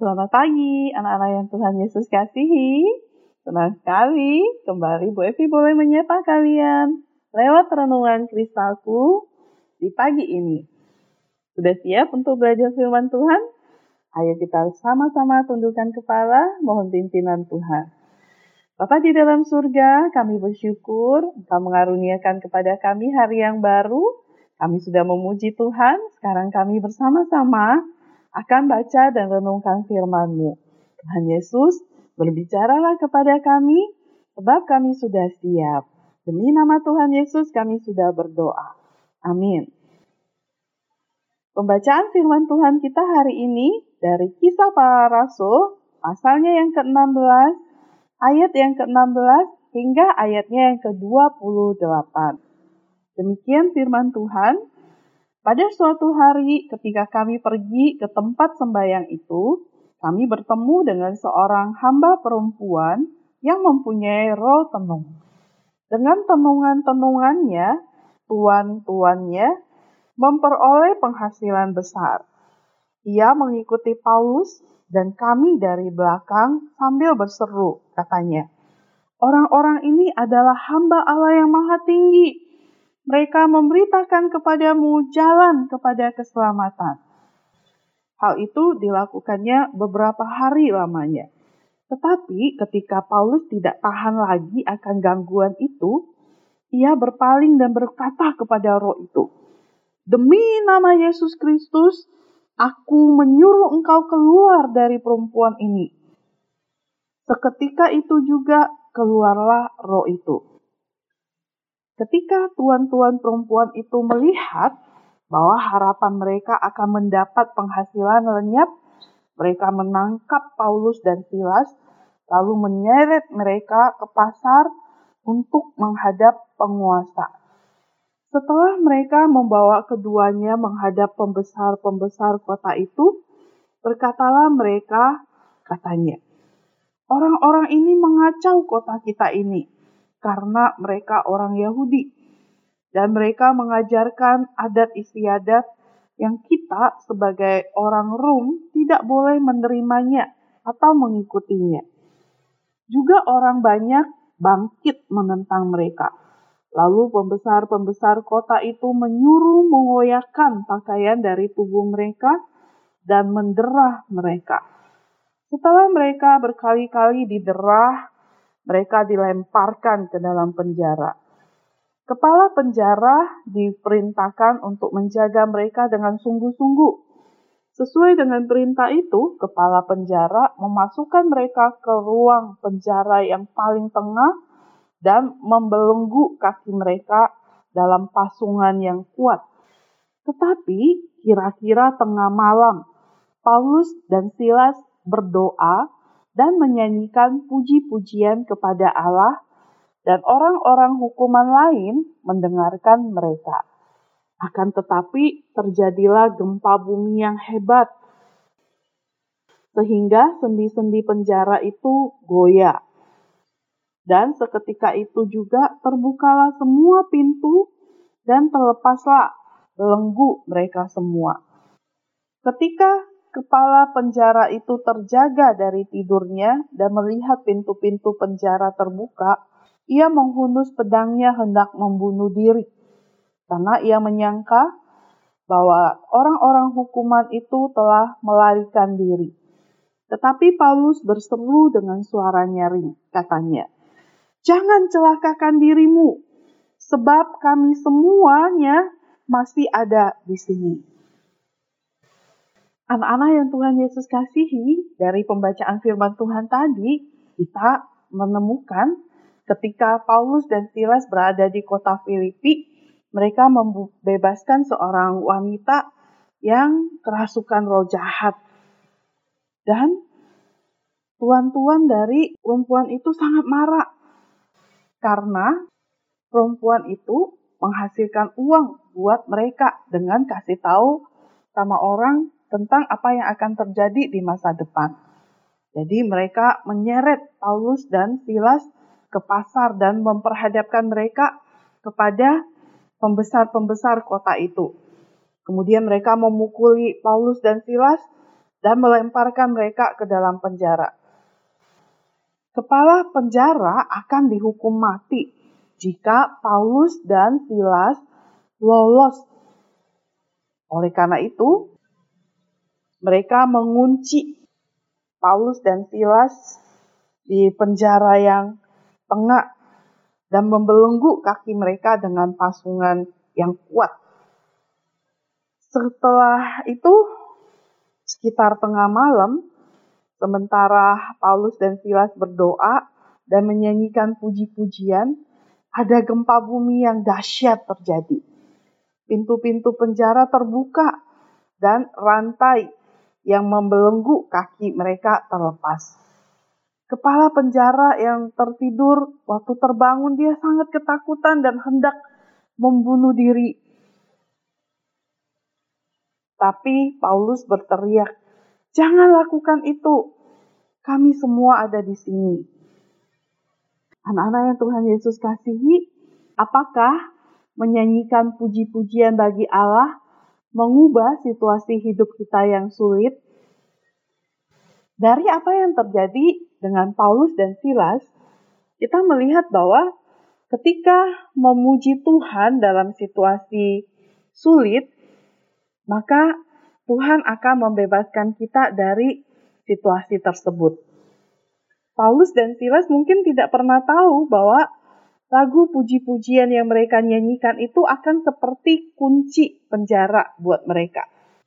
Selamat pagi, anak-anak yang Tuhan Yesus kasihi. Senang sekali kembali Bu Evi boleh menyapa kalian lewat renungan kristalku di pagi ini. Sudah siap untuk belajar firman Tuhan? Ayo kita sama-sama tundukkan kepala, mohon pimpinan Tuhan. Bapa di dalam surga, kami bersyukur Engkau mengaruniakan kepada kami hari yang baru. Kami sudah memuji Tuhan, sekarang kami bersama-sama akan baca dan renungkan firman-Mu. Tuhan Yesus, berbicaralah kepada kami, sebab kami sudah siap. Demi nama Tuhan Yesus kami sudah berdoa. Amin. Pembacaan firman Tuhan kita hari ini dari Kisah Para Rasul, pasalnya yang ke-16, ayat yang ke-16 hingga ayatnya yang ke-28. Demikian firman Tuhan. Pada suatu hari ketika kami pergi ke tempat sembahyang itu, kami bertemu dengan seorang hamba perempuan yang mempunyai roh tenung. Dengan tenungan-tenungannya, tuan-tuannya memperoleh penghasilan besar. Ia mengikuti Paulus dan kami dari belakang sambil berseru, katanya, "Orang-orang ini adalah hamba Allah yang Maha Tinggi. Mereka memberitakan kepadamu jalan kepada keselamatan." Hal itu dilakukannya beberapa hari lamanya. Tetapi ketika Paulus tidak tahan lagi akan gangguan itu, ia berpaling dan berkata kepada roh itu, "Demi nama Yesus Kristus, aku menyuruh engkau keluar dari perempuan ini." Seketika itu juga keluarlah roh itu. Ketika tuan-tuan perempuan itu melihat bahwa harapan mereka akan mendapat penghasilan lenyap, mereka menangkap Paulus dan Silas, lalu menyeret mereka ke pasar untuk menghadap penguasa. Setelah mereka membawa keduanya menghadap pembesar-pembesar kota itu, berkatalah mereka, katanya, "Orang-orang ini mengacau kota kita ini, karena mereka orang Yahudi, dan mereka mengajarkan adat istiadat yang kita sebagai orang Rom tidak boleh menerimanya atau mengikutinya." Juga orang banyak bangkit menentang mereka. Lalu pembesar-pembesar kota itu menyuruh mengoyakkan pakaian dari tubuh mereka dan menderah mereka. Setelah mereka berkali-kali diderah, mereka dilemparkan ke dalam penjara. Kepala penjara diperintahkan untuk menjaga mereka dengan sungguh-sungguh. Sesuai dengan perintah itu, kepala penjara memasukkan mereka ke ruang penjara yang paling tengah dan membelenggu kaki mereka dalam pasungan yang kuat. Tetapi kira-kira tengah malam, Paulus dan Silas berdoa dan menyanyikan puji-pujian kepada Allah, dan orang-orang hukuman lain mendengarkan mereka. Akan tetapi terjadilah gempa bumi yang hebat, sehingga sendi-sendi penjara itu goyah. Dan seketika itu juga terbukalah semua pintu dan terlepaslah belenggu mereka semua. Ketika kepala penjara itu terjaga dari tidurnya dan melihat pintu-pintu penjara terbuka, ia menghunus pedangnya hendak membunuh diri, karena ia menyangka bahwa orang-orang hukuman itu telah melarikan diri. Tetapi Paulus berseru dengan suara nyaring, katanya, "Jangan celakakan dirimu, sebab kami semuanya masih ada di sini." Anak-anak yang Tuhan Yesus kasihi, dari pembacaan firman Tuhan tadi, kita menemukan ketika Paulus dan Silas berada di kota Filipi, mereka membebaskan seorang wanita yang kerasukan roh jahat. Dan tuan-tuan dari perempuan itu sangat marah, karena perempuan itu menghasilkan uang buat mereka dengan kasih tahu sama orang tentang apa yang akan terjadi di masa depan. Jadi mereka menyeret Paulus dan Silas ke pasar dan memperhadapkan mereka kepada pembesar-pembesar kota itu. Kemudian mereka memukuli Paulus dan Silas dan melemparkan mereka ke dalam penjara. Kepala penjara akan dihukum mati jika Paulus dan Silas lolos. Oleh karena itu, mereka mengunci Paulus dan Silas di penjara yang pengak dan membelenggu kaki mereka dengan pasungan yang kuat. Setelah itu, sekitar tengah malam, sementara Paulus dan Silas berdoa dan menyanyikan puji-pujian, ada gempa bumi yang dahsyat terjadi. Pintu-pintu penjara terbuka dan rantai yang membelenggu kaki mereka terlepas. Kepala penjara yang tertidur waktu terbangun, dia sangat ketakutan dan hendak membunuh diri. Tapi Paulus berteriak, "Jangan lakukan itu. Kami semua ada di sini." Anak-anak yang Tuhan Yesus kasihi, apakah menyanyikan puji-pujian bagi Allah mengubah situasi hidup kita yang sulit? Dari apa yang terjadi dengan Paulus dan Silas, kita melihat bahwa ketika memuji Tuhan dalam situasi sulit, maka Tuhan akan membebaskan kita dari situasi tersebut. Paulus dan Silas mungkin tidak pernah tahu bahwa lagu puji-pujian yang mereka nyanyikan itu akan seperti kunci penjara buat mereka.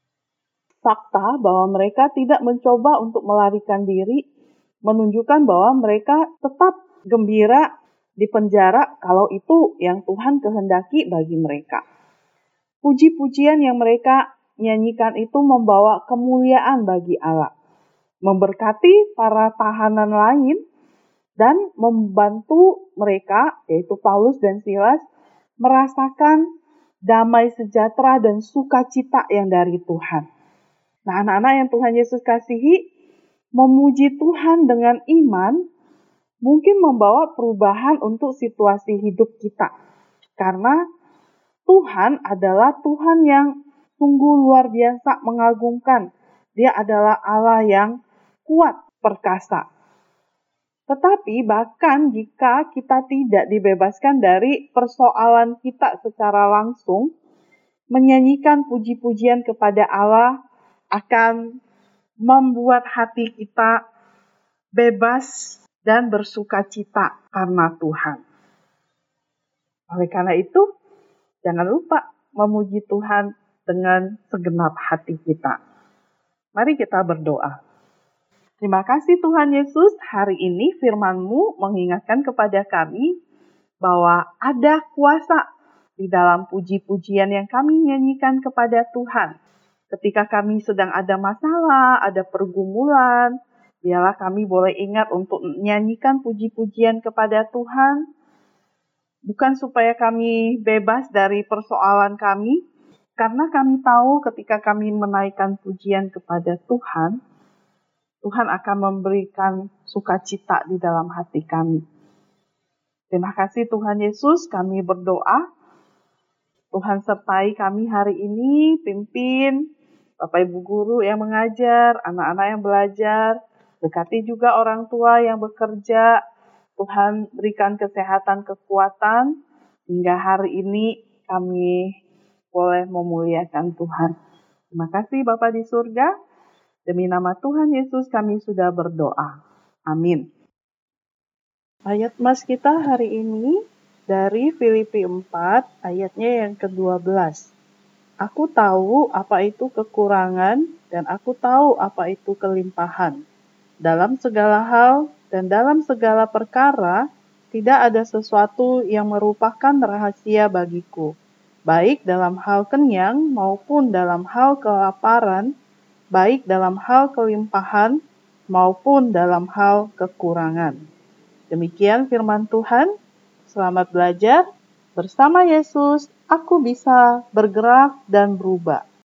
Fakta bahwa mereka tidak mencoba untuk melarikan diri menunjukkan bahwa mereka tetap gembira di penjara kalau itu yang Tuhan kehendaki bagi mereka. Puji-pujian yang mereka nyanyikan itu membawa kemuliaan bagi Allah, memberkati para tahanan lain, dan membantu mereka, yaitu Paulus dan Silas, merasakan damai sejahtera dan sukacita yang dari Tuhan. Nah, anak-anak yang Tuhan Yesus kasihi, memuji Tuhan dengan iman mungkin membawa perubahan untuk situasi hidup kita. Karena Tuhan adalah Tuhan yang sungguh luar biasa mengagumkan. Dia adalah Allah yang kuat, perkasa. Tetapi bahkan jika kita tidak dibebaskan dari persoalan kita secara langsung, menyanyikan puji-pujian kepada Allah akan membuat hati kita bebas dan bersukacita karena Tuhan. Oleh karena itu, jangan lupa memuji Tuhan dengan segenap hati kita. Mari kita berdoa. Terima kasih Tuhan Yesus, hari ini firman-Mu mengingatkan kepada kami bahwa ada kuasa di dalam puji-pujian yang kami nyanyikan kepada Tuhan. Ketika kami sedang ada masalah, ada pergumulan, biarlah kami boleh ingat untuk menyanyikan puji-pujian kepada Tuhan. Bukan supaya kami bebas dari persoalan kami, karena kami tahu ketika kami menaikkan pujian kepada Tuhan, Tuhan akan memberikan sukacita di dalam hati kami. Terima kasih Tuhan Yesus, kami berdoa. Tuhan sertai kami hari ini, pimpin Bapak Ibu Guru yang mengajar, anak-anak yang belajar, dekati juga orang tua yang bekerja. Tuhan berikan kesehatan, kekuatan, hingga hari ini kami boleh memuliakan Tuhan. Terima kasih Bapa di surga. Demi nama Tuhan Yesus kami sudah berdoa. Amin. Ayat mas kita hari ini dari Filipi 4 ayatnya yang ke-12. Aku tahu apa itu kekurangan dan aku tahu apa itu kelimpahan. Dalam segala hal dan dalam segala perkara tidak ada sesuatu yang merupakan rahasia bagiku. Baik dalam hal kenyang maupun dalam hal kelaparan, baik dalam hal kelimpahan maupun dalam hal kekurangan. Demikian firman Tuhan. Selamat belajar. Bersama Yesus, aku bisa bergerak dan berubah.